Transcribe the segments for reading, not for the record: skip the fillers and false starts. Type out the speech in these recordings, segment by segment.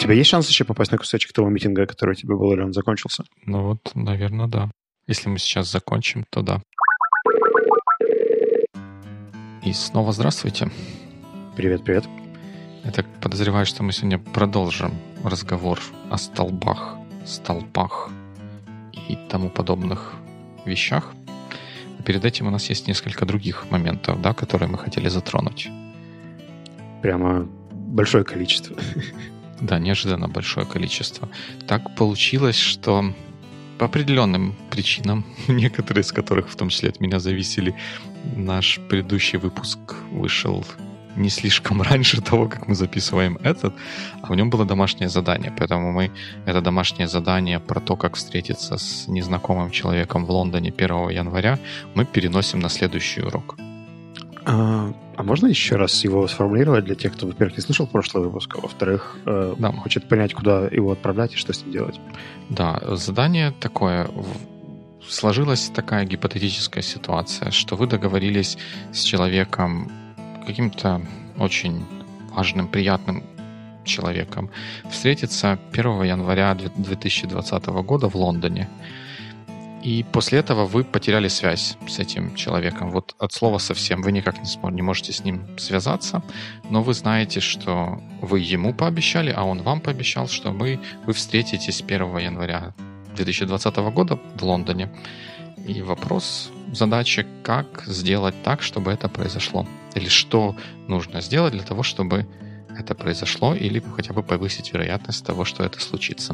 тебя есть шанс еще попасть на кусочек того митинга, который у тебя был, или он закончился? Ну вот, наверное, да. Если мы сейчас закончим, то да. И снова здравствуйте. Привет. Я так подозреваю, что мы сегодня продолжим разговор о столпах и тому подобных вещах. А перед этим у нас есть несколько других моментов, да, которые мы хотели затронуть. Прямо большое количество. Да, неожиданно большое количество. Так получилось, что по определенным причинам, некоторые из которых в том числе от меня зависели, наш предыдущий выпуск вышел не слишком раньше того, как мы записываем этот, а в нем было домашнее задание. Поэтому мы это домашнее задание про то, как встретиться с незнакомым человеком в Лондоне 1 января, мы переносим на следующий урок. А можно еще раз его сформулировать для тех, кто, во-первых, не слышал прошлый выпуск, а во-вторых, хочет понять, куда его отправлять и что с ним делать? Да, задание такое. Сложилась такая гипотетическая ситуация, что вы договорились с человеком, каким-то очень важным, приятным человеком, встретиться 1 января 2020 года в Лондоне. И после этого вы потеряли связь с этим человеком. Вот от слова совсем. Вы никак не можете с ним связаться, но вы знаете, что вы ему пообещали, а он вам пообещал, что вы встретитесь 1 января 2020 года в Лондоне. И вопрос, задача, как сделать так, чтобы это произошло. Или что нужно сделать для того, чтобы это произошло, или хотя бы повысить вероятность того, что это случится.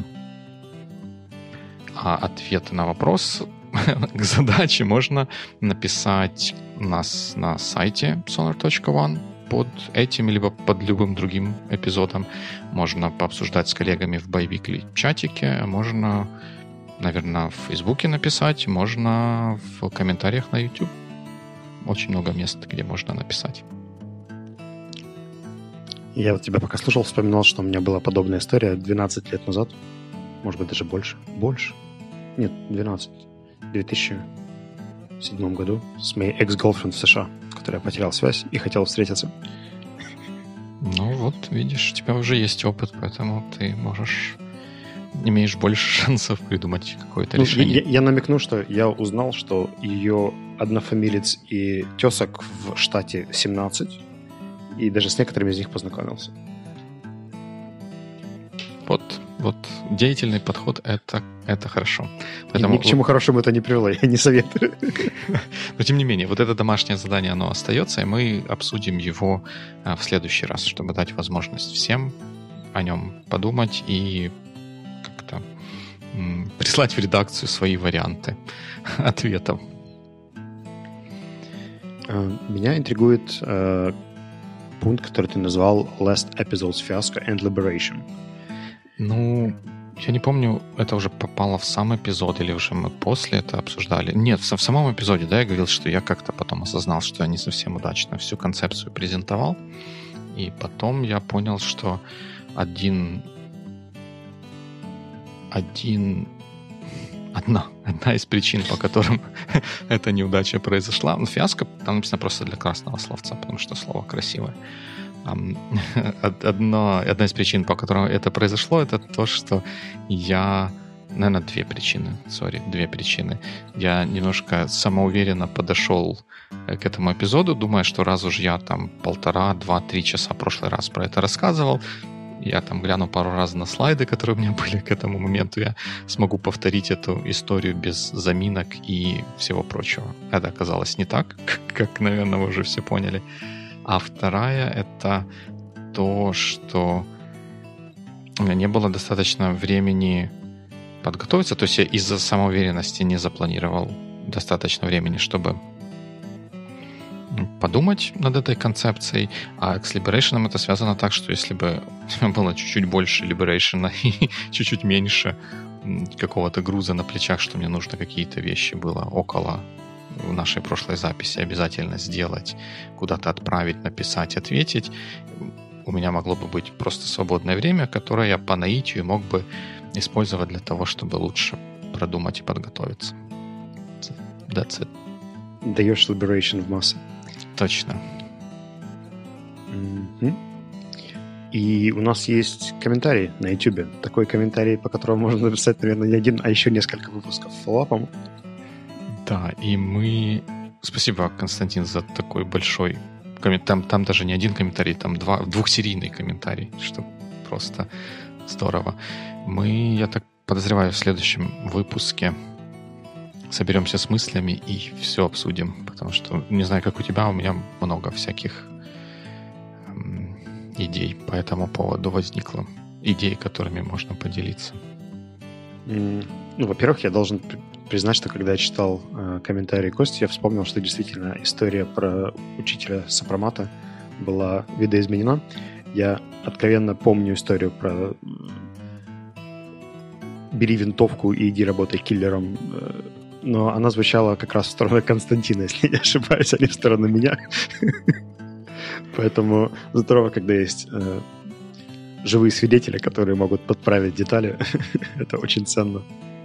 А ответ на вопрос к задаче можно написать у нас на сайте sonar.one под этим, либо под любым другим эпизодом. Можно пообсуждать с коллегами в Biweekly чатике, можно, наверное, в Фейсбуке написать, можно в комментариях на YouTube. Очень много мест, где можно написать. Я вот тебя пока слушал, вспоминал, что у меня была подобная история 12 лет назад. Может быть, даже больше. Нет, 12. В 2007 году с моей экс-girlfriend в США, с которой я потерял связь и хотел встретиться. Ну вот, видишь, у тебя уже есть опыт, поэтому ты имеешь больше шансов придумать какое-то решение. Я намекну, что я узнал, что ее однофамилец и тесок в штате 17, и даже с некоторыми из них познакомился. Вот деятельный подход — это хорошо. Поэтому... Ни к чему хорошему это не привело, я не советую. Но тем не менее, вот это домашнее задание, оно остается, и мы обсудим его в следующий раз, чтобы дать возможность всем о нем подумать и как-то прислать в редакцию свои варианты ответов. Меня интригует пункт, который ты назвал Last Episode's Fiasco and Liberation. Ну, я не помню, это уже попало в сам эпизод или уже мы после это обсуждали. Нет, в самом эпизоде, да, я говорил, что я как-то потом осознал, что я не совсем удачно всю концепцию презентовал. И потом я понял, что одна из причин, по которым эта неудача произошла, фиаско, там написано просто для красного словца, потому что слово красивое. Одна из причин, по которой это произошло, это то, что наверное, две причины. Я немножко самоуверенно подошел к этому эпизоду, думая, что раз уж я там 1,5, 2, 3 часа в прошлый раз про это рассказывал, я там гляну пару раз на слайды, которые у меня были к этому моменту, я смогу повторить эту историю без заминок и всего прочего. Это оказалось не так, как, наверное, вы уже все поняли. А вторая — это то, что у меня не было достаточно времени подготовиться. То есть я из-за самоуверенности не запланировал достаточно времени, чтобы подумать над этой концепцией. А с Liberation это связано так, что если бы было чуть-чуть больше Liberation и чуть-чуть меньше какого-то груза на плечах, что мне нужно какие-то вещи было около в нашей прошлой записи обязательно сделать, куда-то отправить, написать, ответить, у меня могло бы быть просто свободное время, которое я по наитию мог бы использовать для того, чтобы лучше продумать и подготовиться. That's it. Даешь Liberation в массы. Точно. Mm-hmm. И у нас есть комментарий на YouTube. Такой комментарий, по которому можно написать, наверное, не один, а еще несколько выпусков фоллапом. Да, и мы... Спасибо, Константин, за такой большой комментарий. Там даже не один комментарий, там двухсерийный комментарий, что просто здорово. Мы, я так подозреваю, в следующем выпуске соберемся с мыслями и все обсудим, потому что, не знаю, как у тебя, у меня много всяких идей по этому поводу возникло. Идей, которыми можно поделиться. Во-первых, я должен признать, что когда я читал комментарии Кости, я вспомнил, что действительно история про учителя сопромата была видоизменена. Я откровенно помню историю про «бери винтовку и иди работай киллером», но она звучала как раз в сторону Константина, если не ошибаюсь, а не в сторону меня. Поэтому здорово, когда есть живые свидетели, которые могут подправить детали. Это очень ценно.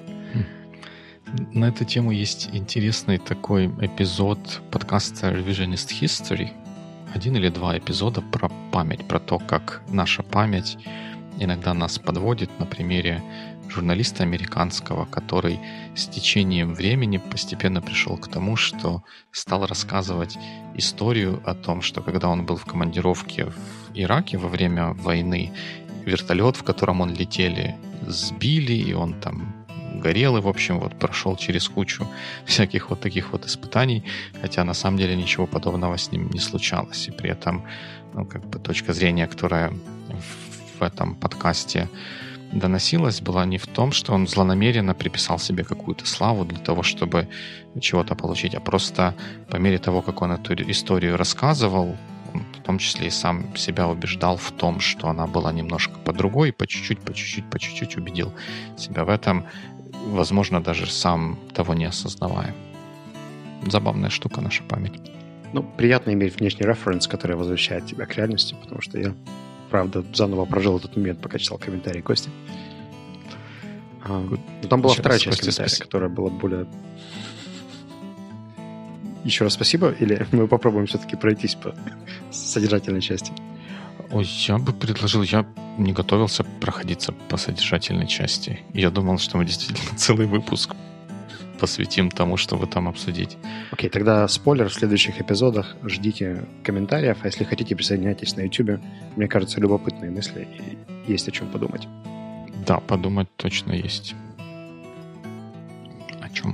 На эту тему есть интересный такой эпизод подкаста Revisionist History. 1 или 2 эпизода про память, про то, как наша память иногда нас подводит, на примере журналиста американского, который с течением времени постепенно пришел к тому, что стал рассказывать историю о том, что когда он был в командировке в Ираке во время войны, вертолет, в котором он летели, сбили, и он там горел, и, в общем, вот прошел через кучу всяких вот таких вот испытаний, хотя на самом деле ничего подобного с ним не случалось. И при этом, точка зрения, которая в этом подкасте доносилась, была не в том, что он злонамеренно приписал себе какую-то славу для того, чтобы чего-то получить, а просто по мере того, как он эту историю рассказывал, он в том числе и сам себя убеждал в том, что она была немножко по-другой, по чуть-чуть убедил себя в этом, возможно, даже сам того не осознавая. Забавная штука наша память. Приятно иметь внешний референс, который возвращает тебя к реальности, потому что я, правда, заново прожил этот момент, пока читал комментарии Кости. Там была вторая часть комментария, которая была более... Еще раз спасибо, или мы попробуем все-таки пройтись по содержательной части? Ой, я бы предложил, я не готовился проходиться по содержательной части. Я думал, что мы действительно целый выпуск посвятим тому, чтобы там обсудить. Окей, тогда спойлер, в следующих эпизодах ждите комментариев, а если хотите, присоединяйтесь на YouTube. Мне кажется, любопытные мысли, и есть о чем подумать. Да, подумать точно есть. О чем?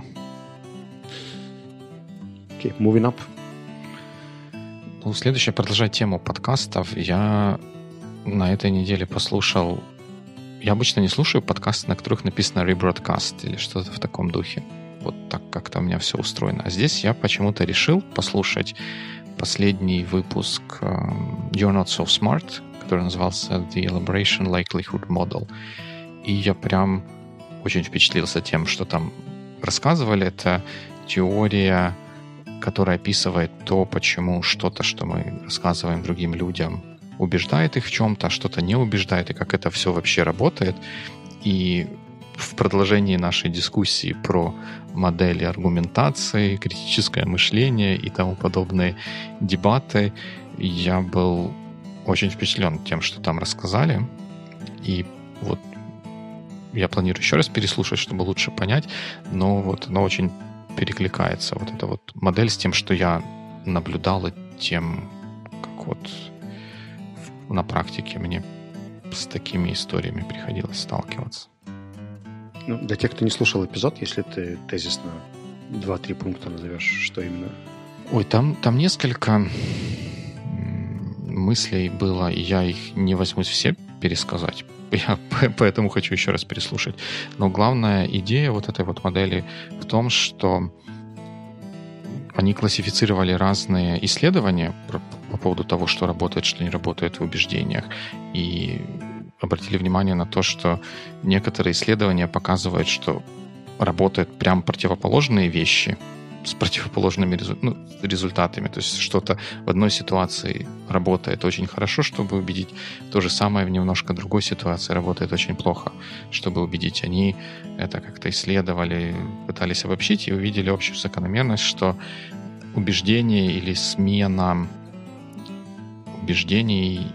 Окей, moving up. Следующее, продолжая тему подкастов, я на этой неделе послушал... Я обычно не слушаю подкасты, на которых написано rebroadcast или что-то в таком духе. Вот так как-то у меня все устроено. А здесь я почему-то решил послушать последний выпуск You're Not So Smart, который назывался The Elaboration Likelihood Model. И я прям очень впечатлился тем, что там рассказывали. Это теория, которая описывает то, почему что-то, что мы рассказываем другим людям, убеждает их в чем-то, а что-то не убеждает, и как это все вообще работает. И в продолжении нашей дискуссии про модели аргументации, критическое мышление и тому подобные дебаты, я был очень впечатлен тем, что там рассказали. И вот я планирую еще раз переслушать, чтобы лучше понять, но вот оно очень перекликается, вот эта вот модель, с тем, что я наблюдал, и тем, как вот на практике мне с такими историями приходилось сталкиваться. Для тех, кто не слушал эпизод, если ты тезисно 2-3 пункта назовешь, что именно? Ой, там несколько мыслей было, и я их не возьмусь все пересказать. Я поэтому хочу еще раз переслушать. Но главная идея вот этой вот модели в том, что они классифицировали разные исследования по поводу того, что работает, что не работает в убеждениях. И обратили внимание на то, что некоторые исследования показывают, что работают прям противоположные вещи с противоположными результатами. То есть что-то в одной ситуации работает очень хорошо, чтобы убедить. То же самое в немножко другой ситуации работает очень плохо, чтобы убедить. Они это как-то исследовали, пытались обобщить и увидели общую закономерность, что убеждение или смена убеждений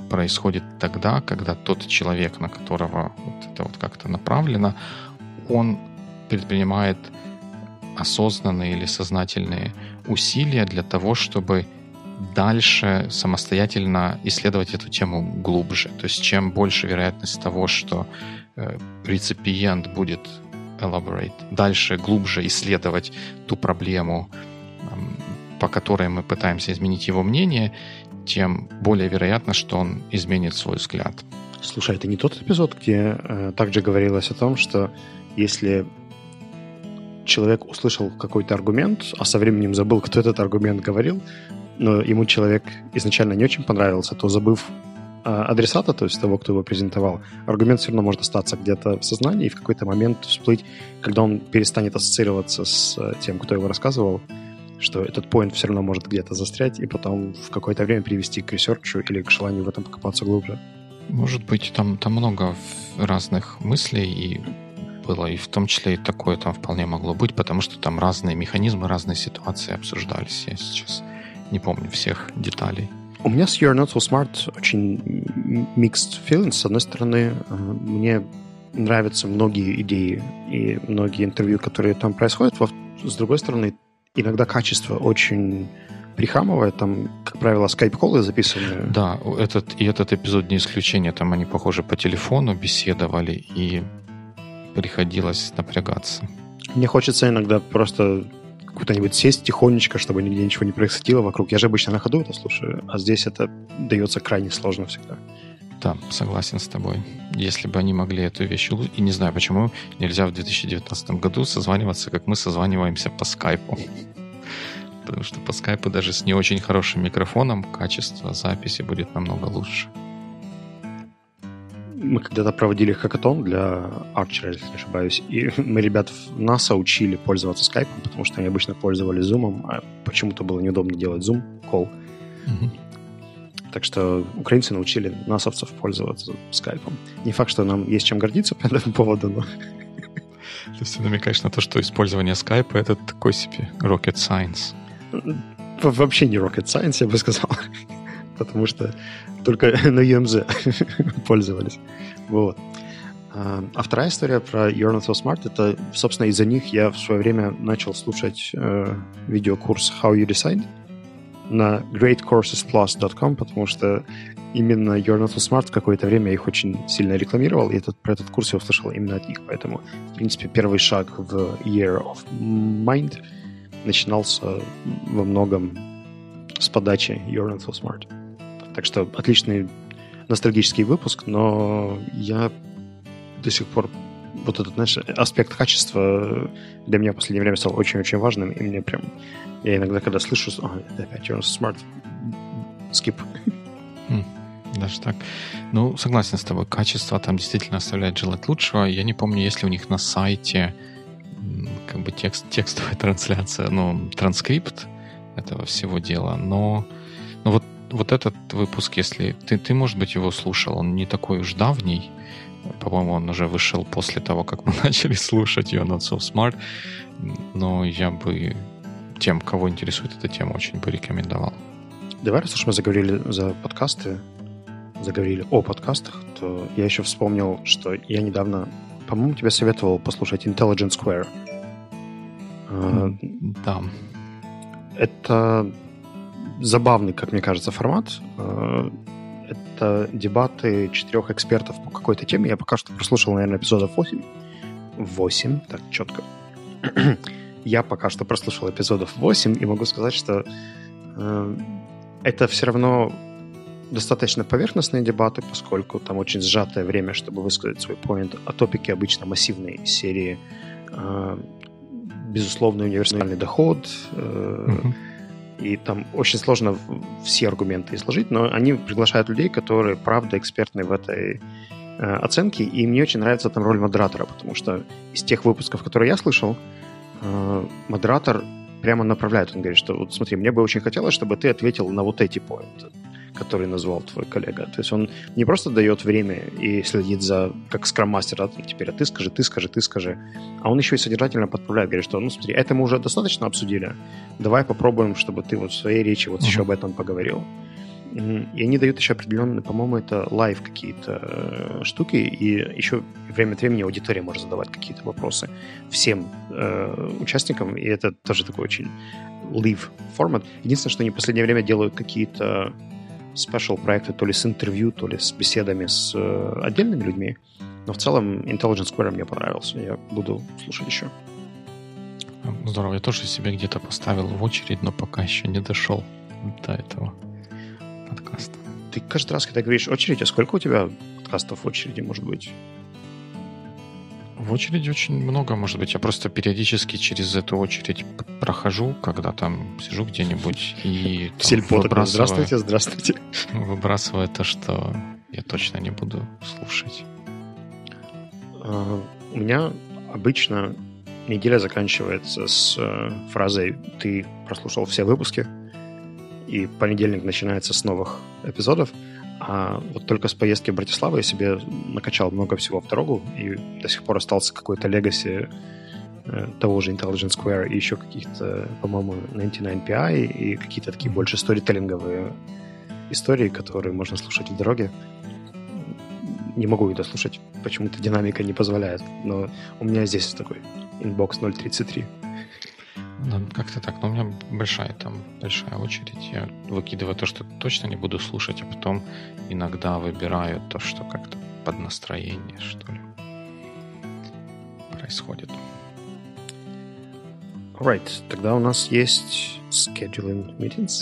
происходит тогда, когда тот человек, на которого вот это вот как-то направлено, он предпринимает осознанные или сознательные усилия для того, чтобы дальше самостоятельно исследовать эту тему глубже. То есть чем больше вероятность того, что реципиент будет дальше глубже исследовать ту проблему, по которой мы пытаемся изменить его мнение, тем более вероятно, что он изменит свой взгляд. Слушай, это не тот эпизод, где также говорилось о том, что если человек услышал какой-то аргумент, а со временем забыл, кто этот аргумент говорил, но ему человек изначально не очень понравился, то, забыв адресата, то есть того, кто его презентовал, аргумент все равно может остаться где-то в сознании и в какой-то момент всплыть, когда он перестанет ассоциироваться с тем, кто его рассказывал, что этот поинт все равно может где-то застрять и потом в какое-то время привести к ресерчу или к желанию в этом покопаться глубже. Может быть, там много разных мыслей, и было, и в том числе и такое там вполне могло быть, потому что там разные механизмы, разные ситуации обсуждались. Я сейчас не помню всех деталей. У меня с You're Not So Smart очень mixed feelings. С одной стороны, мне нравятся многие идеи и многие интервью, которые там происходят. С другой стороны, иногда качество очень прихрамывает. Там, как правило, скайп-коллы записаны. Да, этот эпизод не исключение. Там они, похоже, по телефону беседовали, и приходилось напрягаться. Мне хочется иногда просто куда-нибудь сесть тихонечко, чтобы нигде ничего не происходило вокруг. Я же обычно на ходу это слушаю, а здесь это дается крайне сложно всегда. Да, согласен с тобой. Если бы они могли эту вещь улучшить, и не знаю, почему нельзя в 2019 году созваниваться, как мы созваниваемся по скайпу. Потому что по скайпу даже с не очень хорошим микрофоном качество записи будет намного лучше. Мы когда-то проводили хакатон для Archer, если не ошибаюсь, и мы ребят в НАСА учили пользоваться скайпом, потому что они обычно пользовались зумом, а почему-то было неудобно делать зум-колл. Угу. Так что украинцы научили насовцев пользоваться скайпом. Не факт, что нам есть чем гордиться по этому поводу, но... То есть ты намекаешь на то, что использование скайпа — это такой себе rocket science? Вообще не rocket science, я бы сказал. Потому что только на UMZ пользовались. Вот. А вторая история про You're Not So Smart, это, собственно, из-за них я в свое время начал слушать видеокурс How You Decide на greatcoursesplus.com, потому что именно You're Not So Smart в какое-то время я их очень сильно рекламировал, и про этот курс я услышал именно от них. Поэтому, в принципе, первый шаг в Year of Mind начинался во многом с подачи You're Not So Smart. Так что отличный ностальгический выпуск, но я до сих пор вот этот, знаешь, аспект качества для меня в последнее время стал очень-очень важным, и мне прям... Я иногда, когда слышу, это опять You're Not So Smart, скип. Даже так. Ну, согласен с тобой. Качество там действительно оставляет желать лучшего. Я не помню, есть ли у них на сайте как бы текстовая трансляция, транскрипт этого всего дела, но вот этот выпуск, если ты, может быть, его слушал, он не такой уж давний, по-моему, он уже вышел после того, как мы начали слушать You're Not So Smart, но я бы тем, кого интересует эта тема, очень бы рекомендовал. Давай, раз уж мы заговорили о подкастах, то я еще вспомнил, что я недавно, по-моему, тебе советовал послушать Intelligence Square. Да. Это забавный, как мне кажется, формат. Это дебаты 4 экспертов по какой-то теме. Я пока что прослушал, наверное, эпизодов 8. 8, так, четко. Я пока что прослушал эпизодов 8 и могу сказать, что это все равно достаточно поверхностные дебаты, поскольку там очень сжатое время, чтобы высказать свой поинт, а топики обычно массивные серии безусловно универсальный доход, и там очень сложно все аргументы изложить, но они приглашают людей, которые, правда, экспертны в этой оценке, и мне очень нравится там роль модератора, потому что из тех выпусков, которые я слышал, модератор прямо направляет, он говорит, что вот смотри, мне бы очень хотелось, чтобы ты ответил на вот эти поинты, который назвал твой коллега. То есть он не просто дает время и следит за, как скрам-мастер, да, теперь, ты скажи, а он еще и содержательно подправляет, говорит, что, смотри, это мы уже достаточно обсудили, давай попробуем, чтобы ты вот в своей речи вот еще об этом поговорил. И они дают еще определенные, по-моему, это лайв какие-то штуки, и еще время от времени аудитория может задавать какие-то вопросы всем участникам, и это тоже такой очень live формат. Единственное, что они в последнее время делают какие-то спешл проекты то ли с интервью, то ли с беседами с отдельными людьми, но в целом Intelligence Square мне понравился, я буду слушать еще. Здорово, я тоже себе где-то поставил в очередь, но пока еще не дошел до этого подкаста. Ты каждый раз, когда говоришь очередь, а сколько у тебя подкастов в очереди может быть? В очереди очень много, может быть. Я просто периодически через эту очередь прохожу, когда там сижу где-нибудь и Сельпо такой, здравствуйте. Выбрасываю то, что я точно не буду слушать. У меня обычно неделя заканчивается с фразой «ты прослушал все выпуски», и понедельник начинается с новых эпизодов. А вот только с поездки в Братиславу я себе накачал много всего в дорогу, и до сих пор остался какой-то легаси того же Intelligence Square и еще каких-то, по-моему, 99PI и какие-то такие больше сторителлинговые истории, которые можно слушать в дороге. Не могу их дослушать, почему-то динамика не позволяет, но у меня здесь такой инбокс 0.33. Да, как-то так. Но у меня большая очередь. Я выкидываю то, что точно не буду слушать, а потом иногда выбираю то, что как-то под настроение, что ли, происходит. Alright, тогда у нас есть scheduling meetings.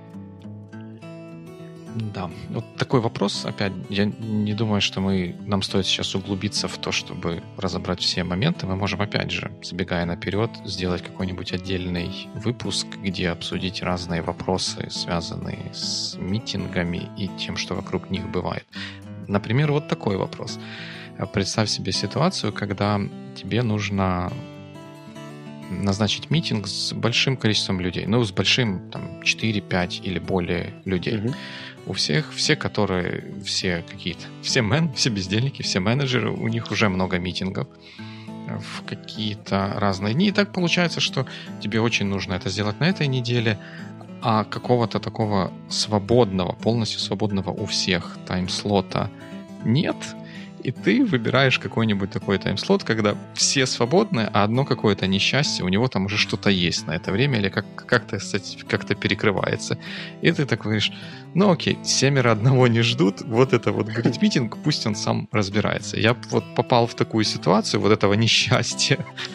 Да, вот такой вопрос, опять, я не думаю, что нам стоит сейчас углубиться в то, чтобы разобрать все моменты. Мы можем, опять же, забегая наперед, сделать какой-нибудь отдельный выпуск, где обсудить разные вопросы, связанные с митингами и тем, что вокруг них бывает. Например, вот такой вопрос. Представь себе ситуацию, когда тебе нужно назначить митинг с большим количеством людей. Ну, с большим, там, 4, 5 или более людей. Mm-hmm. У всех, все бездельники, все менеджеры, у них уже много митингов в какие-то разные дни. И так получается, что тебе очень нужно это сделать на этой неделе, а какого-то такого свободного, полностью свободного у всех таймслота нет. И ты выбираешь какой-нибудь такой таймслот, когда все свободны, а одно какое-то несчастье, у него там уже что-то есть на это время или как-то перекрывается. И ты так говоришь, ну окей, 7 одного не ждут, вот это вот будет митинг, пусть он сам разбирается. Я вот попал в такую ситуацию вот этого несчастья,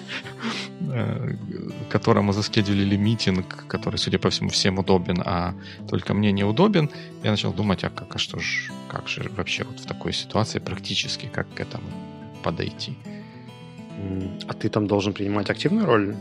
которому заскедулили митинг, который, судя по всему, всем удобен, а только мне неудобен. Я начал думать, как же вообще вот в такой ситуации практически, как к этому подойти. А ты там должен принимать активную роль?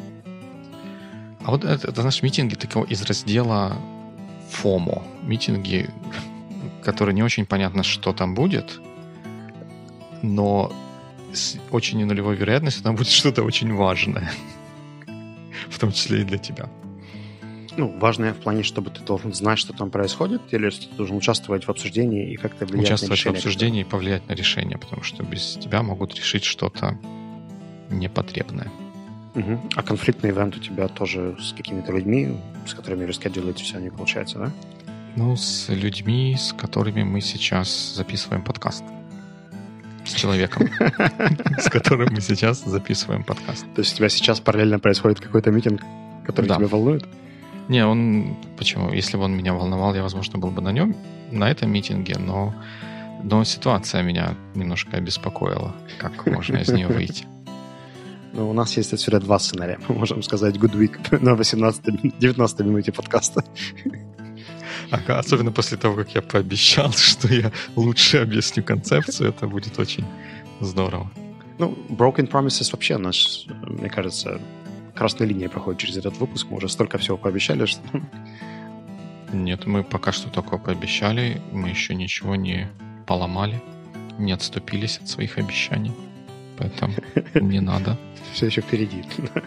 А вот это знаешь, митинги такого из раздела FOMO. Митинги, которые не очень понятно, что там будет, но с очень нулевой вероятностью там будет что-то очень важное. В том числе и для тебя. Ну, важное в плане, чтобы ты должен знать, что там происходит, или что ты должен участвовать в обсуждении и как-то влиять на решение? Участвовать в обсуждении и повлиять на решение, потому что без тебя могут решить что-то непотребное. Угу. А конфликтный ивент у тебя тоже с какими-то людьми, с которыми раскидываете все, не получается, да? Ну, с людьми, с которыми мы сейчас записываем подкаст. С человеком, с которым мы сейчас записываем подкаст. То есть у тебя сейчас параллельно происходит какой-то митинг, который тебя волнует? Не, почему? Если бы он меня волновал, я, возможно, был бы на этом митинге, но ситуация меня немножко обеспокоила. Как можно из нее выйти? Ну, у нас есть отсюда 2 сценария. Мы можем сказать good week на 19 минуте подкаста. Ага, особенно после того, как я пообещал, что я лучше объясню концепцию, это будет очень здорово. Ну, Broken Promises вообще мне кажется, красной линией проходит через этот выпуск. Мы уже столько всего пообещали, что... Нет, мы пока что только пообещали, мы еще ничего не поломали, не отступились от своих обещаний, поэтому не надо. Все еще впереди.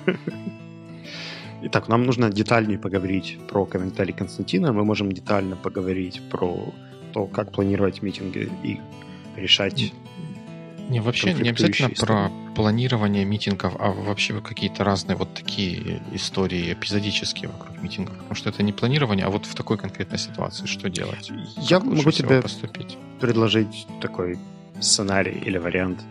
Итак, нам нужно детальнее поговорить про комментарий Константина. Мы можем детально поговорить про то, как планировать митинги и решать Не, вообще не обязательно про планирование митингов, а вообще какие-то разные вот такие истории эпизодические вокруг митингов. Потому что это не планирование, а вот в такой конкретной ситуации что делать? Я могу тебе предложить такой сценарий или вариант.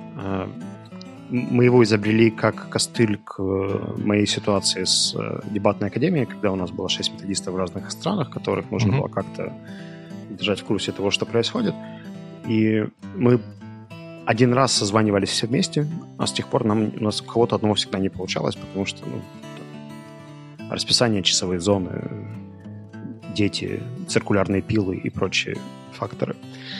Мы его изобрели как костыль к моей ситуации с дебатной академией, когда у нас было 6 методистов в разных странах, которых нужно было как-то держать в курсе того, что происходит. И мы один раз созванивались все вместе, а с тех пор у нас у кого-то одного всегда не получалось, потому что расписание, часовые зоны, дети, циркулярные пилы и прочие факторы.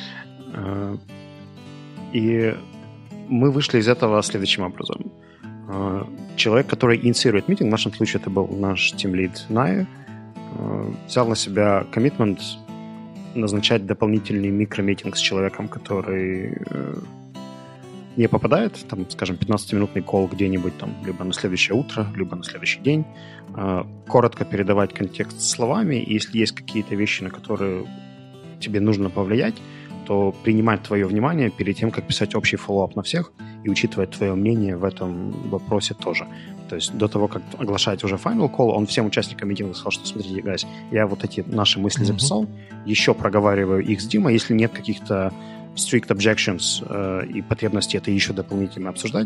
И мы вышли из этого следующим образом. Человек, который инициирует митинг, в нашем случае это был наш тимлид Ная, взял на себя коммитмент назначать дополнительный микромитинг с человеком, который не попадает, там, скажем, 15-минутный колл где-нибудь там, либо на следующее утро, либо на следующий день, коротко передавать контекст словами, и если есть какие-то вещи, на которые тебе нужно повлиять, то принимать твое внимание перед тем, как писать общий фоллоуап на всех и учитывать твое мнение в этом вопросе тоже. То есть до того, как оглашать уже final call, он всем участникам митинга сказал, что смотрите, guys, я вот эти наши мысли записал, еще проговариваю их с Димой, если нет каких-то strict objections и потребности это еще дополнительно обсуждать,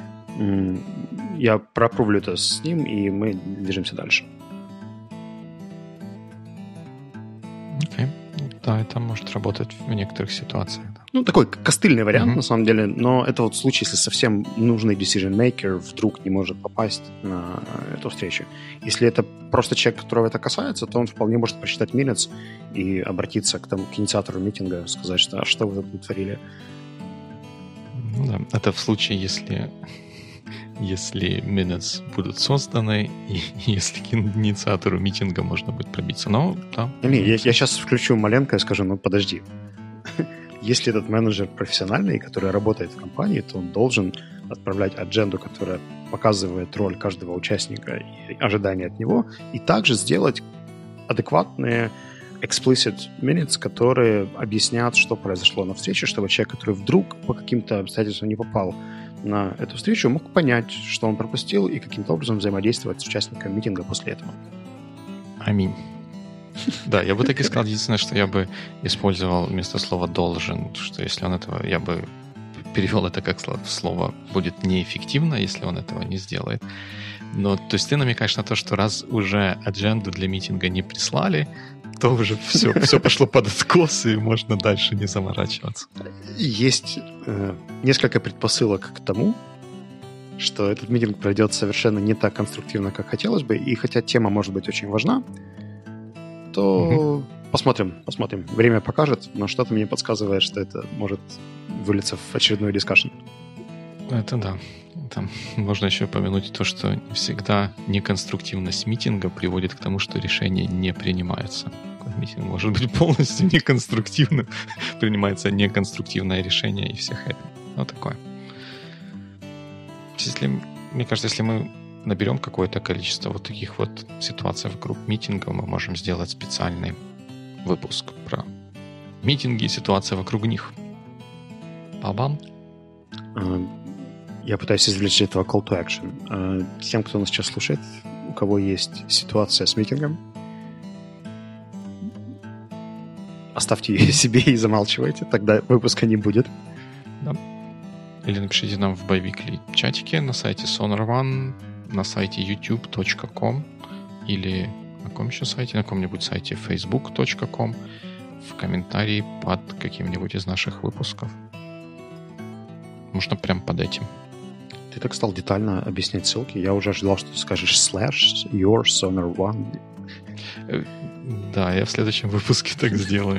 я проапрувлю это с ним, и мы движемся дальше. Окей. Да, это может работать в некоторых ситуациях. Да. Ну, такой костыльный вариант, на самом деле, но это вот случай, если совсем нужный decision-maker вдруг не может попасть на эту встречу. Если это просто человек, которого это касается, то он вполне может прочитать minutes и обратиться к инициатору митинга, сказать, что вы тут творили. Да, это в случае, если minutes будут созданы, и если к инициатору митинга можно будет пробиться. Но, да. Я сейчас включу Маленко и скажу, подожди. Если этот менеджер профессиональный, который работает в компании, то он должен отправлять адженду, которая показывает роль каждого участника и ожидания от него, и также сделать адекватные explicit minutes, которые объяснят, что произошло на встрече, чтобы человек, который вдруг по каким-то обстоятельствам не попал на эту встречу, мог понять, что он пропустил, и каким-то образом взаимодействовать с участниками митинга после этого. Аминь. Да, я бы так и сказал. Единственное, что я бы использовал вместо слова «должен», что если он этого... Я бы перевел это как слово «будет неэффективно», если он этого не сделает. Но, то есть ты намекаешь на то, что раз уже адженду для митинга не прислали, то уже все пошло под откос, и можно дальше не заморачиваться. Есть несколько предпосылок к тому, что этот митинг пройдет совершенно не так конструктивно, как хотелось бы, и хотя тема может быть очень важна, то посмотрим. Время покажет, но что-то мне подсказывает, что это может вылиться в очередной дискашн. Это да. Там можно еще упомянуть то, что не всегда неконструктивность митинга приводит к тому, что решение не принимается. Митинг может быть полностью неконструктивным, принимается неконструктивное решение, и все хэппи. Вот такое. Мне кажется, если мы наберем какое-то количество вот таких вот ситуаций вокруг митинга, мы можем сделать специальный выпуск про митинги и ситуации вокруг них. Бабам. Я пытаюсь извлечь из этого call to action. Тем, кто нас сейчас слушает, у кого есть ситуация с митингом, оставьте ее себе и замалчивайте, тогда выпуска не будет. Да. Или напишите нам в Biweekly чатике на сайте Sonar One, на сайте youtube.com или на каком еще сайте? На каком-нибудь сайте facebook.com, в комментарии под каким-нибудь из наших выпусков. Можно прям под этим. Ты так стал детально объяснять ссылки. Я уже ожидал, что ты скажешь /your Sonar One. Да, я в следующем выпуске так сделаю.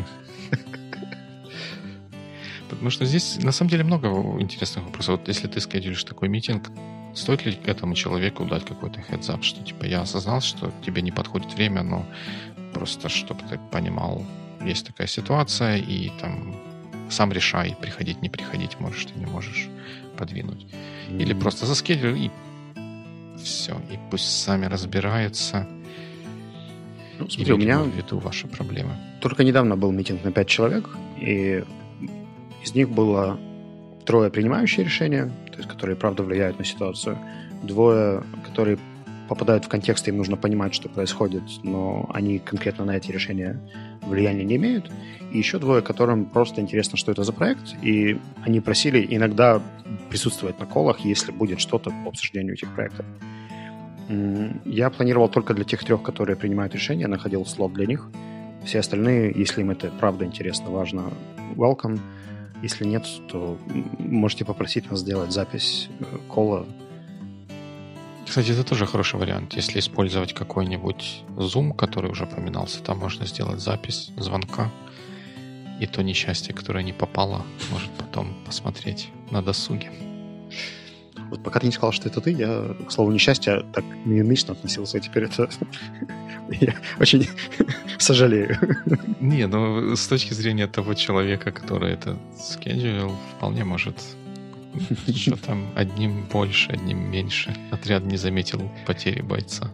Потому что здесь на самом деле много интересных вопросов. Вот если ты скедулишь такой митинг, стоит ли этому человеку дать какой-то heads-up, что типа я осознал, что тебе не подходит время, но просто чтобы ты понимал, есть такая ситуация, и там сам решай, приходить, не приходить, можешь ты, не можешь подвинуть. Или просто заскедуль и все, и пусть сами разбираются. Ну, смотри, у меня в виду ваши проблемы. Только недавно был митинг на 5 человек, и из них было 3 принимающие решения, то есть которые правда влияют на ситуацию, 2, которые попадают в контекст, им нужно понимать, что происходит, но они конкретно на эти решения влияния не имеют. И еще 2, которым просто интересно, что это за проект, и они просили иногда присутствовать на колах, если будет что-то по обсуждению этих проектов. Я планировал только для тех 3, которые принимают решения, находил слот для них. Все остальные, если им это правда интересно, важно, welcome. Если нет, то можете попросить нас сделать запись кола. Кстати, это тоже хороший вариант. Если использовать какой-нибудь Zoom, который уже упоминался, там можно сделать запись звонка. И то несчастье, которое не попало, может потом посмотреть на досуге. Вот пока ты не сказал, что это ты, я, к слову, несчастья так неинично относился, а теперь это... Я очень сожалею. Не, ну с точки зрения того человека, который это скедулил, вполне может... Что там, одним больше, одним меньше. Отряд не заметил потери бойца.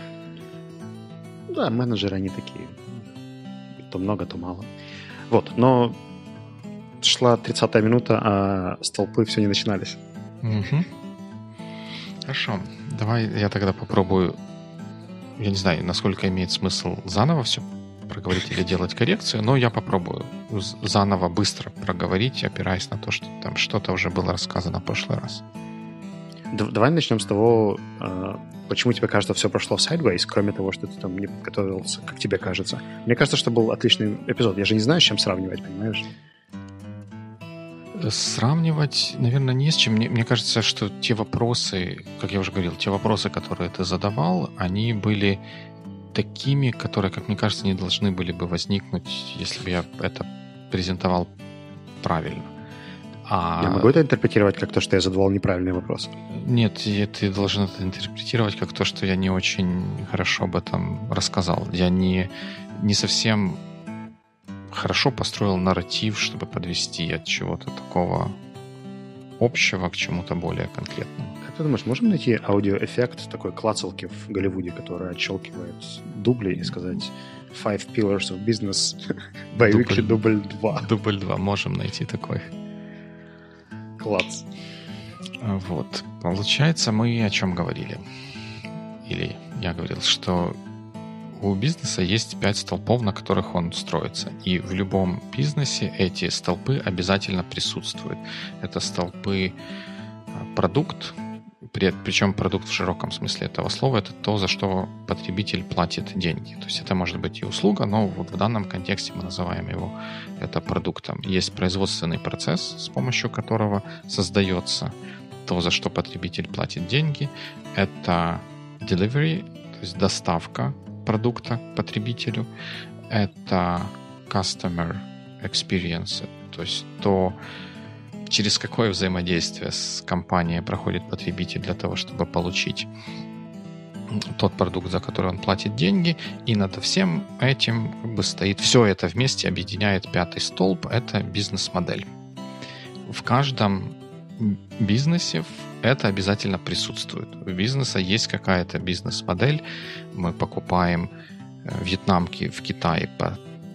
Да, менеджеры, они такие. То много, то мало. Вот, но шла 30-я минута, а столпы все не начинались. Угу. Хорошо. Давай я тогда попробую. Я не знаю, насколько имеет смысл заново все проговорить или делать коррекцию, но я попробую заново быстро проговорить, опираясь на то, что там что-то уже было рассказано в прошлый раз. Давай начнем с того, почему тебе кажется, все прошло sideways, кроме того, что ты там не подготовился, как тебе кажется. Мне кажется, что был отличный эпизод. Я же не знаю, с чем сравнивать, понимаешь? Сравнивать, наверное, не с чем. Мне кажется, что те вопросы, как я уже говорил, те вопросы, которые ты задавал, они были такими, которые, как мне кажется, не должны были бы возникнуть, если бы я это презентовал правильно. Я могу это интерпретировать как то, что я задавал неправильный вопрос? Нет, ты должен это интерпретировать как то, что я не очень хорошо об этом рассказал. Я не совсем хорошо построил нарратив, чтобы подвести от чего-то такого общего к чему-то более конкретному. Как ты думаешь, можем найти аудиоэффект такой клацалки в Голливуде, который отщелкивает дубли и сказать «Five Pillars of Business», боевик дубль 2. Дубль 2, можем найти такой. Класс. Вот. Получается, мы о чем говорили? Или я говорил, что у бизнеса есть 5 столпов, на которых он строится. И в любом бизнесе эти столпы обязательно присутствуют. Это столпы продукт, причем продукт в широком смысле этого слова, это то, за что потребитель платит деньги. То есть это может быть и услуга, но вот в данном контексте мы называем его это продуктом. Есть производственный процесс, с помощью которого создается то, за что потребитель платит деньги. Это delivery, то есть доставка продукта потребителю. Это customer experience, то есть то, через какое взаимодействие с компанией проходит потребитель для того, чтобы получить тот продукт, за который он платит деньги. И над всем этим как бы стоит, все это вместе объединяет 5-й столб, это бизнес-модель. В каждом бизнесе это обязательно присутствует. У бизнеса есть какая-то бизнес-модель. Мы покупаем вьетнамки в Китае по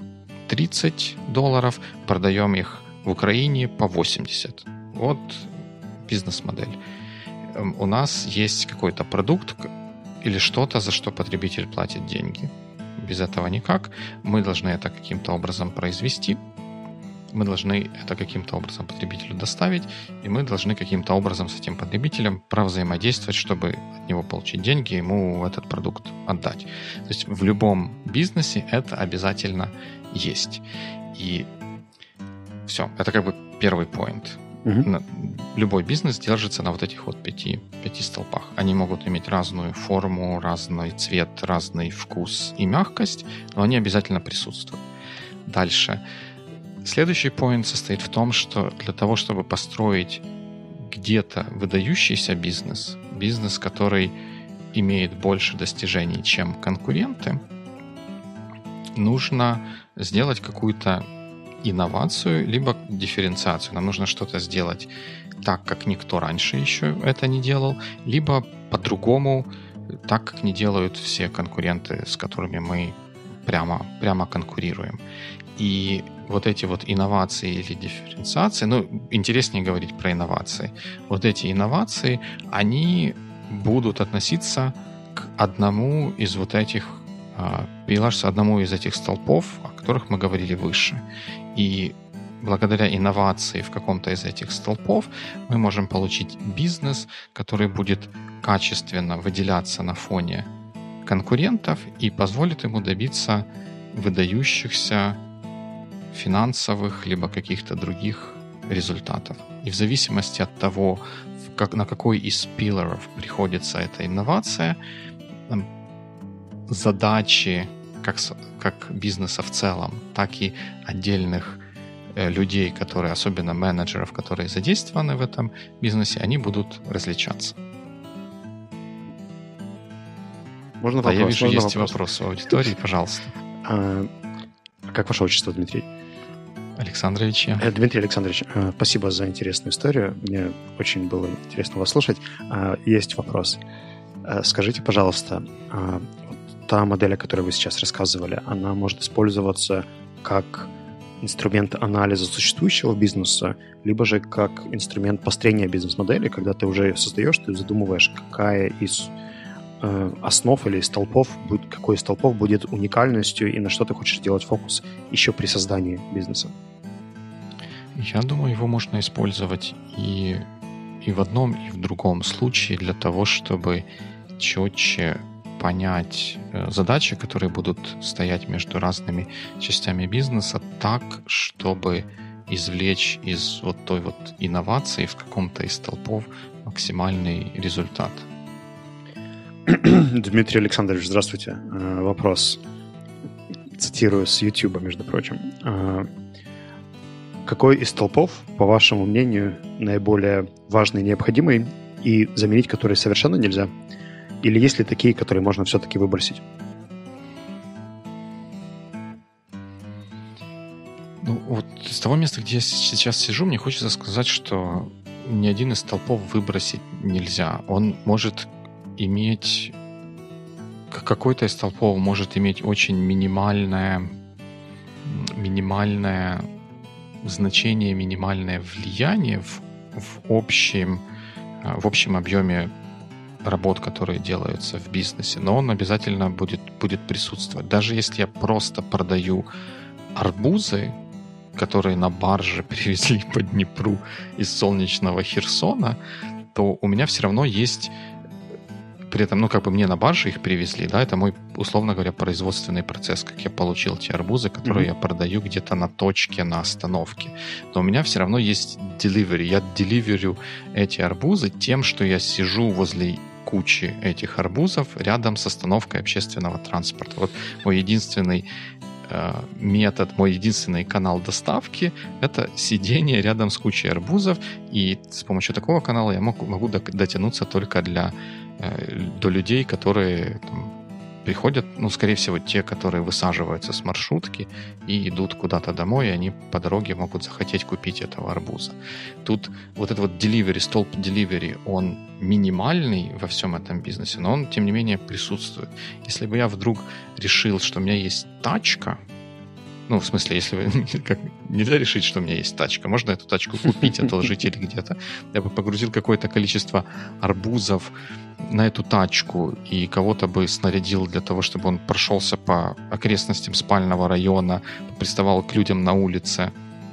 $30, продаем их в Украине по 80. Вот бизнес-модель. У нас есть какой-то продукт или что-то, за что потребитель платит деньги. Без этого никак. Мы должны это каким-то образом произвести. Мы должны это каким-то образом потребителю доставить, и мы должны каким-то образом с этим потребителем провзаимодействовать, чтобы от него получить деньги, ему этот продукт отдать. То есть в любом бизнесе это обязательно есть. И все, это как бы первый point. Угу. Любой бизнес держится на вот этих вот 5 столпах. Они могут иметь разную форму, разный цвет, разный вкус и мягкость, но они обязательно присутствуют. Дальше. Следующий point состоит в том, что для того, чтобы построить где-то выдающийся бизнес, который имеет больше достижений, чем конкуренты, нужно сделать какую-то инновацию, либо дифференциацию. Нам нужно что-то сделать так, как никто раньше еще это не делал, либо по-другому, так, как не делают все конкуренты, с которыми мы прямо конкурируем. И вот эти вот инновации или дифференциации, интереснее говорить про инновации. Вот эти инновации, они будут относиться к одному из вот этих pillars, одному из этих столпов, о которых мы говорили выше. И благодаря инновации в каком-то из этих столпов мы можем получить бизнес, который будет качественно выделяться на фоне конкурентов и позволит ему добиться выдающихся финансовых либо каких-то других результатов. И в зависимости от того, на какой из пилларов приходится эта инновация, задачи как бизнеса в целом, так и отдельных людей, которые, особенно менеджеров, которые задействованы в этом бизнесе, они будут различаться. Можно вопрос? Я вижу, есть вопрос у аудитории, пожалуйста. Как ваше отчество, Дмитрий? Александрович. Дмитрий Александрович, спасибо за интересную историю. Мне очень было интересно вас слушать. Есть вопрос. Скажите, пожалуйста, та модель, о которой вы сейчас рассказывали, она может использоваться как инструмент анализа существующего бизнеса, либо же как инструмент построения бизнес-модели, когда ты уже ее создаешь, ты задумываешь, какая из основ или столпов, какой из столпов будет уникальностью и на что ты хочешь делать фокус еще при создании бизнеса? Я думаю, его можно использовать и в одном, и в другом случае для того, чтобы четче понять задачи, которые будут стоять между разными частями бизнеса так, чтобы извлечь из вот той вот инновации в каком-то из столпов максимальный результат. Дмитрий Александрович, здравствуйте. Вопрос. Цитирую с YouTube, между прочим. Какой из столпов, по вашему мнению, наиболее важный и необходимый, и заменить который совершенно нельзя? Или есть ли такие, которые можно все-таки выбросить? Вот с того места, где я сейчас сижу, мне хочется сказать, что ни один из столпов выбросить нельзя. Он может иметь... Какой-то из столпов может иметь очень минимальное значение, минимальное влияние в общем объеме работ, которые делаются в бизнесе, но он обязательно будет присутствовать. Даже если я просто продаю арбузы, которые на барже привезли по Днепру из солнечного Херсона, то у меня все равно есть... При этом, мне на барже их привезли, да, это мой, условно говоря, производственный процесс, как я получил те арбузы, которые я продаю где-то на точке, на остановке. Но у меня все равно есть delivery. Я деливерю эти арбузы тем, что я сижу возле кучи этих арбузов рядом с остановкой общественного транспорта. Вот мой единственный метод, мой единственный канал доставки — это сидение рядом с кучей арбузов, и с помощью такого канала я могу дотянуться только до людей, которые приходят, скорее всего, те, которые высаживаются с маршрутки и идут куда-то домой, и они по дороге могут захотеть купить этого арбуза. Тут вот этот вот delivery, столб delivery, он минимальный во всем этом бизнесе, но он, тем не менее, присутствует. Если бы я вдруг решил, что у меня есть тачка, в смысле, если нельзя решить, что у меня есть тачка. Можно эту тачку купить, отложить или где-то. Я бы погрузил какое-то количество арбузов на эту тачку и кого-то бы снарядил для того, чтобы он прошелся по окрестностям спального района, приставал к людям на улице.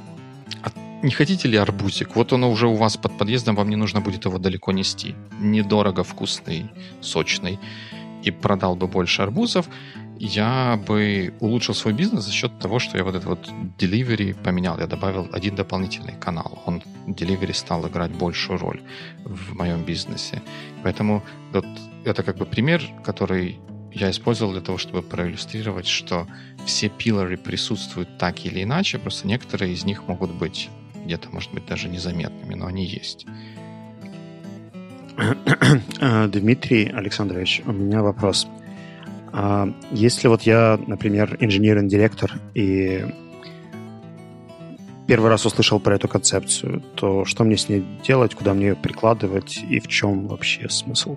Не хотите ли арбузик? Вот оно уже у вас под подъездом, вам не нужно будет его далеко нести. Недорого, вкусный, сочный. И продал бы больше арбузов, я бы улучшил свой бизнес за счет того, что я вот этот вот delivery поменял. Я добавил один дополнительный канал. Delivery стал играть большую роль в моем бизнесе. Поэтому вот это пример, который я использовал для того, чтобы проиллюстрировать, что все пиллары присутствуют так или иначе, просто некоторые из них могут быть где-то, может быть, даже незаметными, но они есть. Дмитрий Александрович, у меня вопрос. Если я, например, инженер-директор и первый раз услышал про эту концепцию, то что мне с ней делать, куда мне ее прикладывать и в чем вообще смысл?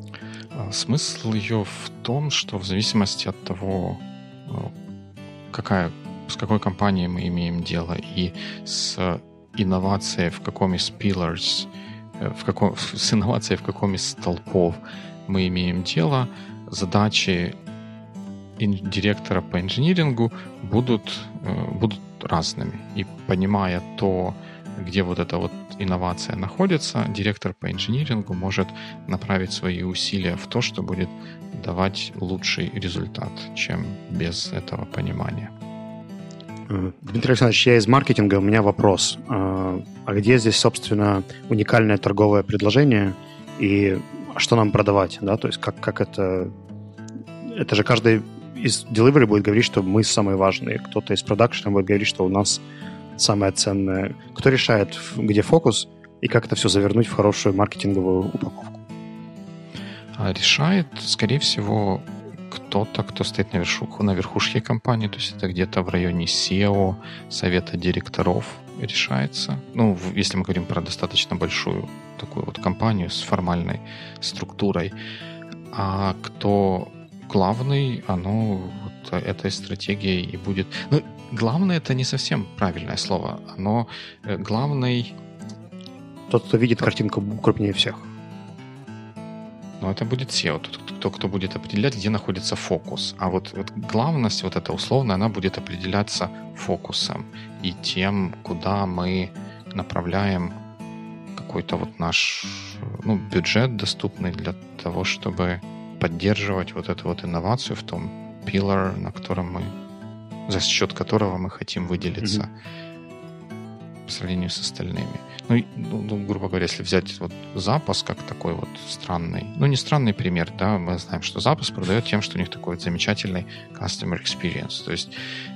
Смысл ее в том, что в зависимости от того, какая с какой компанией мы имеем дело и с инновацией в каком из pillars, с инновацией в каком из столпов мы имеем дело, задачи директора по инжинирингу будут разными. И понимая то, где вот эта вот инновация находится, директор по инжинирингу может направить свои усилия в то, что будет давать лучший результат, чем без этого понимания. Дмитрий Александрович, я из маркетинга, у меня вопрос. А где здесь, собственно, уникальное торговое предложение и что нам продавать? Да? То есть как это... Это же каждый из delivery будет говорить, что мы самые важные. Кто-то из продакшена будет говорить, что у нас самое ценное. Кто решает, где фокус и как это все завернуть в хорошую маркетинговую упаковку? Решает, скорее всего, кто-то, кто стоит на верхушке компании, то есть это где-то в районе SEO, совета директоров решается. Ну, если мы говорим про достаточно большую такую вот компанию с формальной структурой. А кто главный, оно вот этой стратегией и будет... Ну, главное — это не совсем правильное слово. Оно главный... Тот, кто видит картинку крупнее всех. Но это будет SEO, кто будет определять, где находится фокус. А вот главность, вот эта условная, она будет определяться фокусом и тем, куда мы направляем какой-то вот наш бюджет, доступный для того, чтобы поддерживать вот эту вот инновацию в том pillar, на котором мы, за счет которого мы хотим выделиться по сравнению с остальными. Ну, грубо говоря, если взять вот запас как такой вот странный, не странный пример, да, мы знаем, что запас продает тем, что у них такой вот замечательный customer experience. То есть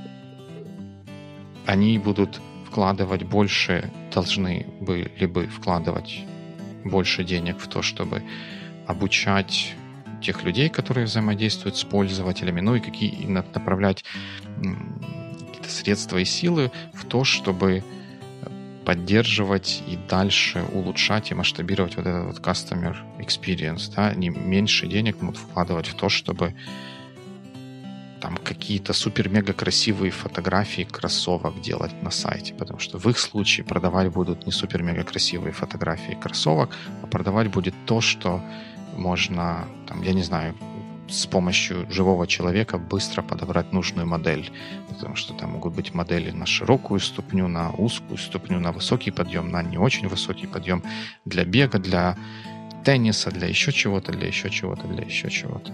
они будут вкладывать больше, должны были бы вкладывать больше денег в то, чтобы обучать тех людей, которые взаимодействуют с пользователями, и направлять какие-то средства и силы в то, чтобы поддерживать и дальше улучшать и масштабировать вот этот вот customer experience. Да? Они меньше денег будут вкладывать в то, чтобы там какие-то супер-мега красивые фотографии кроссовок делать на сайте, потому что в их случае продавать будут не супер-мега красивые фотографии кроссовок, а продавать будет то, что можно, там, я не знаю, с помощью живого человека быстро подобрать нужную модель, потому что там могут быть модели на широкую ступню, на узкую ступню, на высокий подъем, на не очень высокий подъем, для бега, для тенниса, для еще чего-то, для еще чего-то, для еще чего-то.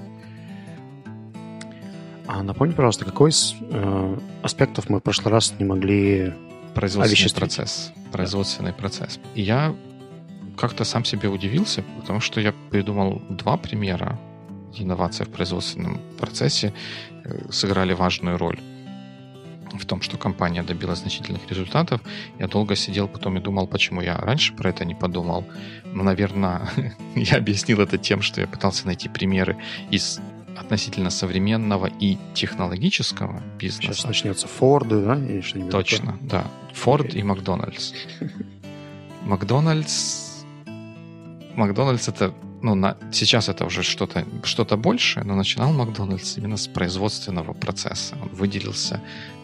А напомни, пожалуйста, какой из аспектов мы в прошлый раз не могли производственный процесс. И я как-то сам себе удивился, потому что я придумал 2 примера инноваций в производственном процессе сыграли важную роль в том, что компания добилась значительных результатов. Я долго сидел потом и думал, почему я раньше про это не подумал. Наверное, я объяснил это тем, что я пытался найти примеры из относительно современного и технологического бизнеса. Сейчас начнется Ford, да? Или что-нибудь точно, такое? Да. Ford и Макдональдс. Макдональдс это сейчас это уже что-то большее, но начинал Макдональдс именно с производственного процесса. Он выделился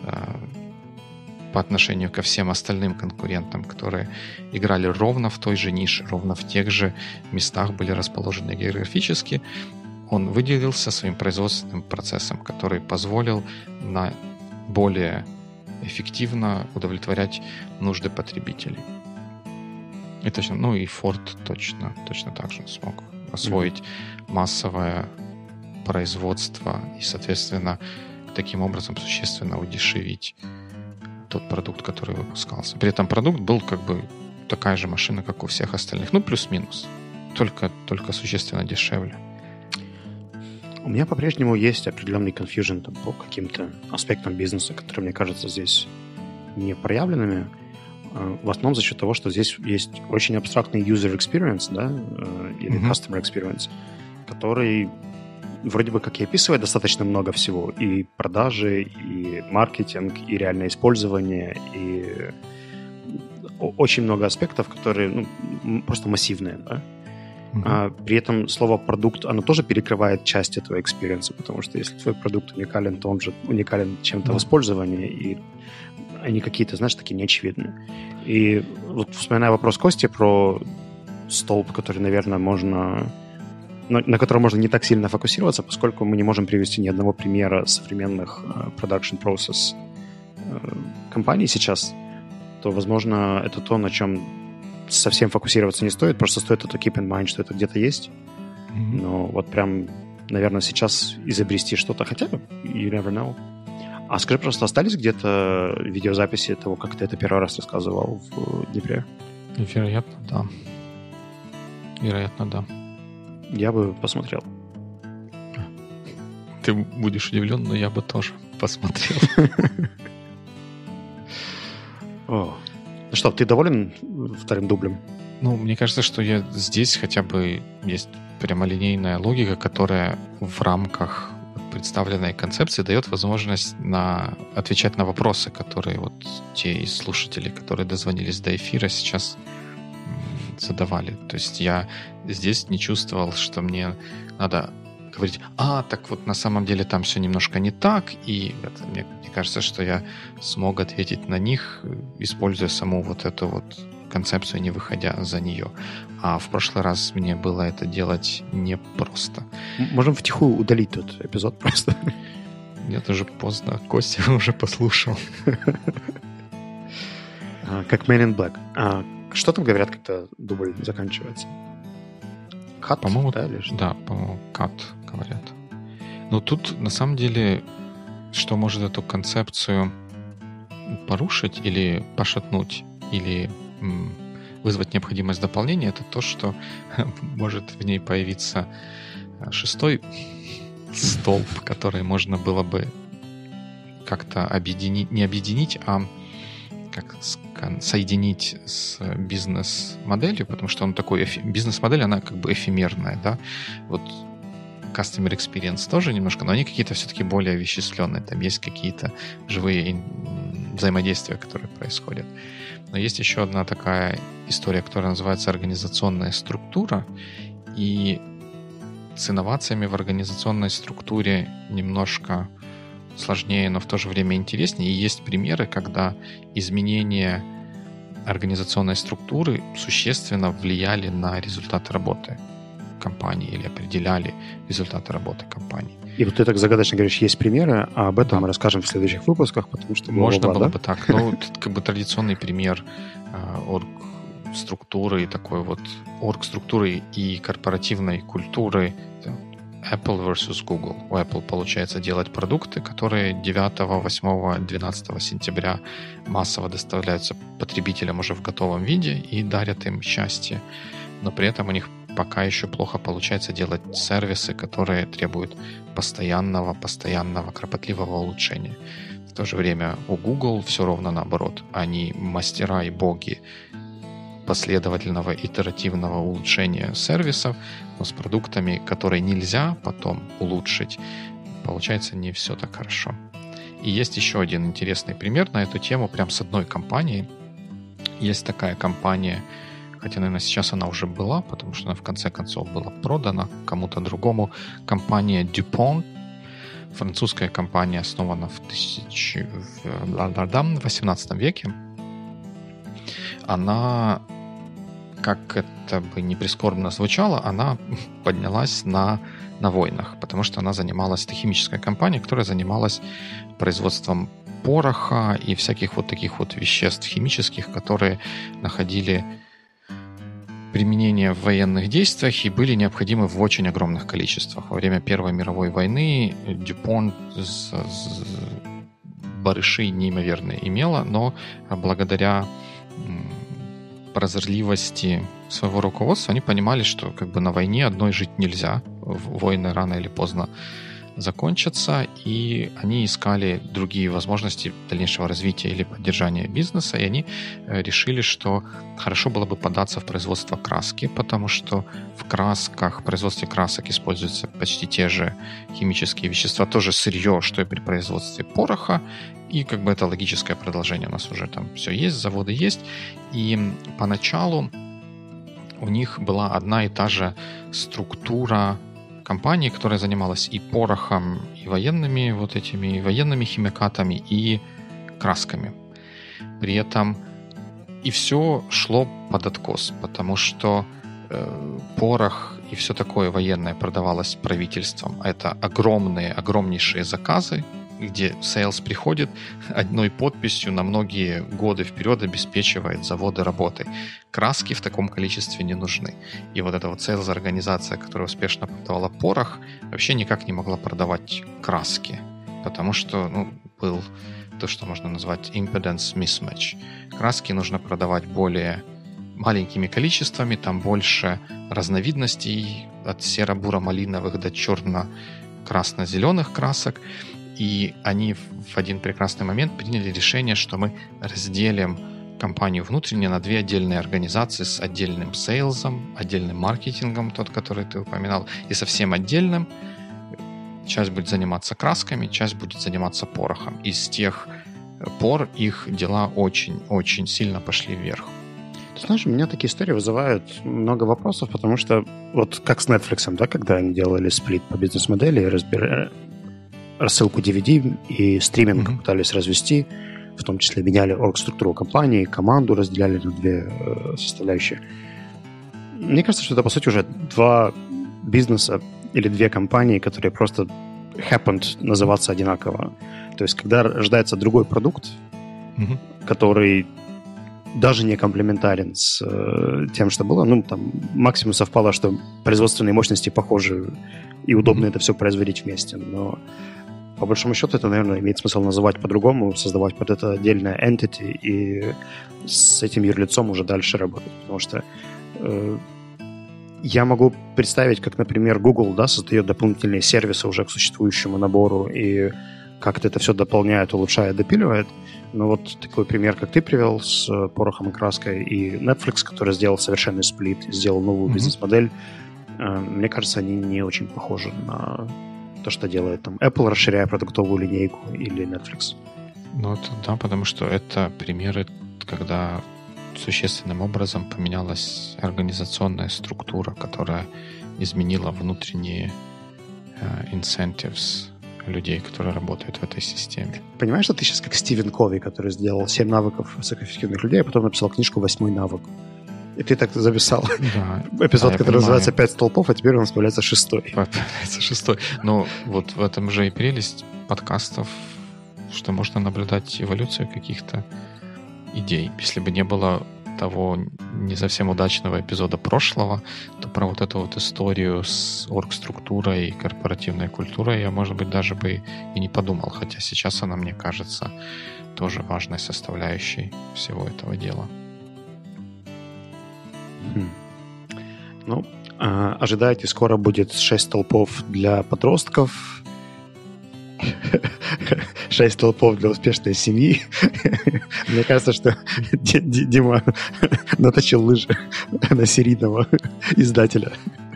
по отношению ко всем остальным конкурентам, которые играли ровно в той же нише, ровно в тех же местах были расположены географически. Он выделился своим производственным процессом, который позволил более эффективно удовлетворять нужды потребителей. И точно, и Ford точно так же смог освоить массовое производство и, соответственно, таким образом существенно удешевить тот продукт, который выпускался. При этом продукт был как бы такая же машина, как у всех остальных. Плюс-минус. Только существенно дешевле. У меня по-прежнему есть определенный confusion по каким-то аспектам бизнеса, которые, мне кажется, здесь не проявленными. В основном за счет того, что здесь есть очень абстрактный user experience, да, или customer experience, который вроде бы как и описывает достаточно много всего. И продажи, и маркетинг, и реальное использование, и очень много аспектов, которые просто массивные, да. При этом слово «продукт», оно тоже перекрывает часть этого экспириенса, потому что если твой продукт уникален, то он же уникален чем-то в использовании, и они какие-то, знаешь, такие неочевидные. И вот вспоминая вопрос Кости про столб, который, наверное, на котором можно не так сильно фокусироваться, поскольку мы не можем привести ни одного примера современных production process компаний сейчас, то, возможно, это то, на чем совсем фокусироваться не стоит, просто стоит это keep in mind, что это где-то есть. Но вот прям, наверное, сейчас изобрести что-то, хотя you never know. А скажи, просто остались где-то видеозаписи того, как ты это первый раз рассказывал в Днепре? Вероятно, да. Вероятно, да. Я бы посмотрел. Ты будешь удивлен, но я бы тоже посмотрел. Ну что, ты доволен вторым дублем? Ну, мне кажется, что здесь хотя бы есть прямолинейная логика, которая в рамках представленной концепции дает возможность отвечать на вопросы, которые вот те из слушателей, которые дозвонились до эфира, сейчас задавали. То есть я здесь не чувствовал, что мне надо говорить, так вот на самом деле там все немножко не так, и мне кажется, что я смог ответить на них, используя саму вот эту вот концепцию, не выходя за нее. А в прошлый раз мне было это делать непросто. Можем втихую удалить тот эпизод просто. Нет, уже поздно. Костя уже послушал. Как Man in Black. Что там говорят, когда дубль заканчивается? Cut? По-моему, да, по-моему, cut говорят. Но тут, на самом деле, что может эту концепцию порушить или пошатнуть, или вызвать необходимость дополнения, это то, что может в ней появиться шестой столб, который можно было бы как-то объединить, не объединить, а как соединить с бизнес-моделью, потому что он такой, бизнес-модель, она как бы эфемерная, да, вот Customer Experience тоже немножко, но они какие-то все-таки более овеществленные, там есть какие-то живые взаимодействия, которые происходят. Но есть еще одна такая история, которая называется организационная структура, и с инновациями в организационной структуре немножко сложнее, но в то же время интереснее. И есть примеры, когда изменения организационной структуры существенно влияли на результаты работы компании или определяли результаты работы компании. И вот ты так загадочно говоришь, есть примеры, а об этом мы расскажем в следующих выпусках, потому что... Можно было бы так. Ну, как бы традиционный пример орг-структуры, такой вот орг-структуры и корпоративной культуры Apple versus Google. У Apple получается делать продукты, которые 9, 8, 12 сентября массово доставляются потребителям уже в готовом виде и дарят им счастье. Но при этом у них пока еще плохо получается делать сервисы, которые требуют постоянного, кропотливого улучшения. В то же время у Google все ровно наоборот. Они мастера и боги последовательного итеративного улучшения сервисов, но с продуктами, которые нельзя потом улучшить, получается не все так хорошо. И есть еще один интересный пример на эту тему, прям с одной компанией. Есть такая компания, хотя, наверное, сейчас она уже была, потому что она в конце концов была продана кому-то другому. Компания DuPont, французская компания, основана в 18 веке. Она, как это бы не прискорбно звучало, она поднялась на войнах, потому что она занималась, это химическая компания, которая занималась производством пороха и всяких вот таких вот веществ химических, которые находили применение в военных действиях и были необходимы в очень огромных количествах. Во время Первой мировой войны DuPont барыши неимоверные имела, но благодаря прозорливости своего руководства они понимали, что как бы на войне одной жить нельзя. Войны рано или поздно закончатся, и они искали другие возможности дальнейшего развития или поддержания бизнеса, и они решили, что хорошо было бы податься в производство краски, потому что в производстве красок используются почти те же химические вещества, тоже сырье, что и при производстве пороха, и как бы это логическое продолжение. У нас уже там все есть, заводы есть, и поначалу у них была одна и та же структура компании, которая занималась и порохом, и военными вот этими, и военными химикатами, и красками. При этом и все шло под откос, потому что порох и все такое военное продавалось правительством. Это огромнейшие заказы, где сейлс приходит одной подписью на многие годы вперед обеспечивает заводы работой. Краски в таком количестве не нужны. И вот эта вот сейлс-организация, которая успешно продавала порох, вообще никак не могла продавать краски, потому что был то, что можно назвать impedance mismatch. Краски нужно продавать более маленькими количествами, там больше разновидностей от серо-буро-малиновых до черно-красно-зеленых красок. И они в один прекрасный момент приняли решение, что мы разделим компанию внутренне на две отдельные организации с отдельным сейлзом, отдельным маркетингом, тот, который ты упоминал, и совсем отдельным. Часть будет заниматься красками, часть будет заниматься порохом. И с тех пор их дела очень-очень сильно пошли вверх. Ты знаешь, у меня такие истории вызывают много вопросов, потому что вот как с Netflix, да, когда они делали сплит по бизнес-модели, рассылку DVD и стриминг пытались развести, в том числе меняли оргструктуру компании, команду разделяли на две составляющие. Мне кажется, что это, по сути, уже два бизнеса или две компании, которые просто happened называться одинаково. То есть, когда рождается другой продукт, который даже не комплементарен с тем, что было, там максимум совпало, что производственные мощности похожи и удобно это все производить вместе, но по большому счету это, наверное, имеет смысл называть по-другому, создавать под это отдельное entity и с этим юрлицом уже дальше работать. Потому что я могу представить, как, например, Google, да, создает дополнительные сервисы уже к существующему набору и как-то это все дополняет, улучшает, допиливает. Но вот такой пример, как ты привел с порохом и краской, и Netflix, который сделал совершенный сплит, сделал новую бизнес-модель, мне кажется, они не очень похожи на то, что делает там Apple, расширяя продуктовую линейку, или Netflix. Это да, потому что это примеры, когда существенным образом поменялась организационная структура, которая изменила внутренние incentives людей, которые работают в этой системе. Понимаешь, что ты сейчас как Стивен Кови, который сделал 7 навыков высокоэффективных людей, а потом написал книжку «8-й навык». И ты так записал эпизод, который называется «5 столпов», а теперь у нас появляется 6-й. Появляется 6-й. Но вот в этом же и прелесть подкастов, что можно наблюдать эволюцию каких-то идей. Если бы не было того не совсем удачного эпизода прошлого, то про вот эту вот историю с оргструктурой и корпоративной культурой я, может быть, даже бы и не подумал. Хотя сейчас она, мне кажется, тоже важной составляющей всего этого дела. Ожидайте, скоро будет 6 столпов для подростков, 6 столпов для успешной семьи. Мне кажется, что Дима наточил лыжи на серийного издателя.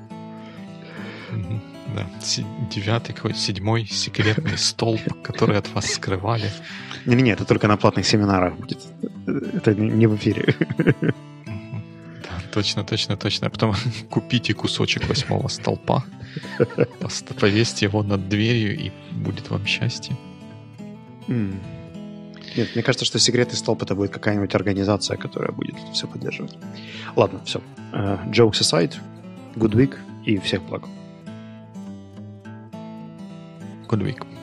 Да, 9-й, какой-то 7-й секретный столб, который от вас скрывали. Не, это только на платных семинарах будет. Это не в эфире. Точно. А потом купите кусочек 8-го столпа, повесьте его над дверью, и будет вам счастье. Нет, мне кажется, что секретный столб — это будет какая-нибудь организация, которая будет все поддерживать. Ладно, все. Jokes aside, good week и всех благ. Good week.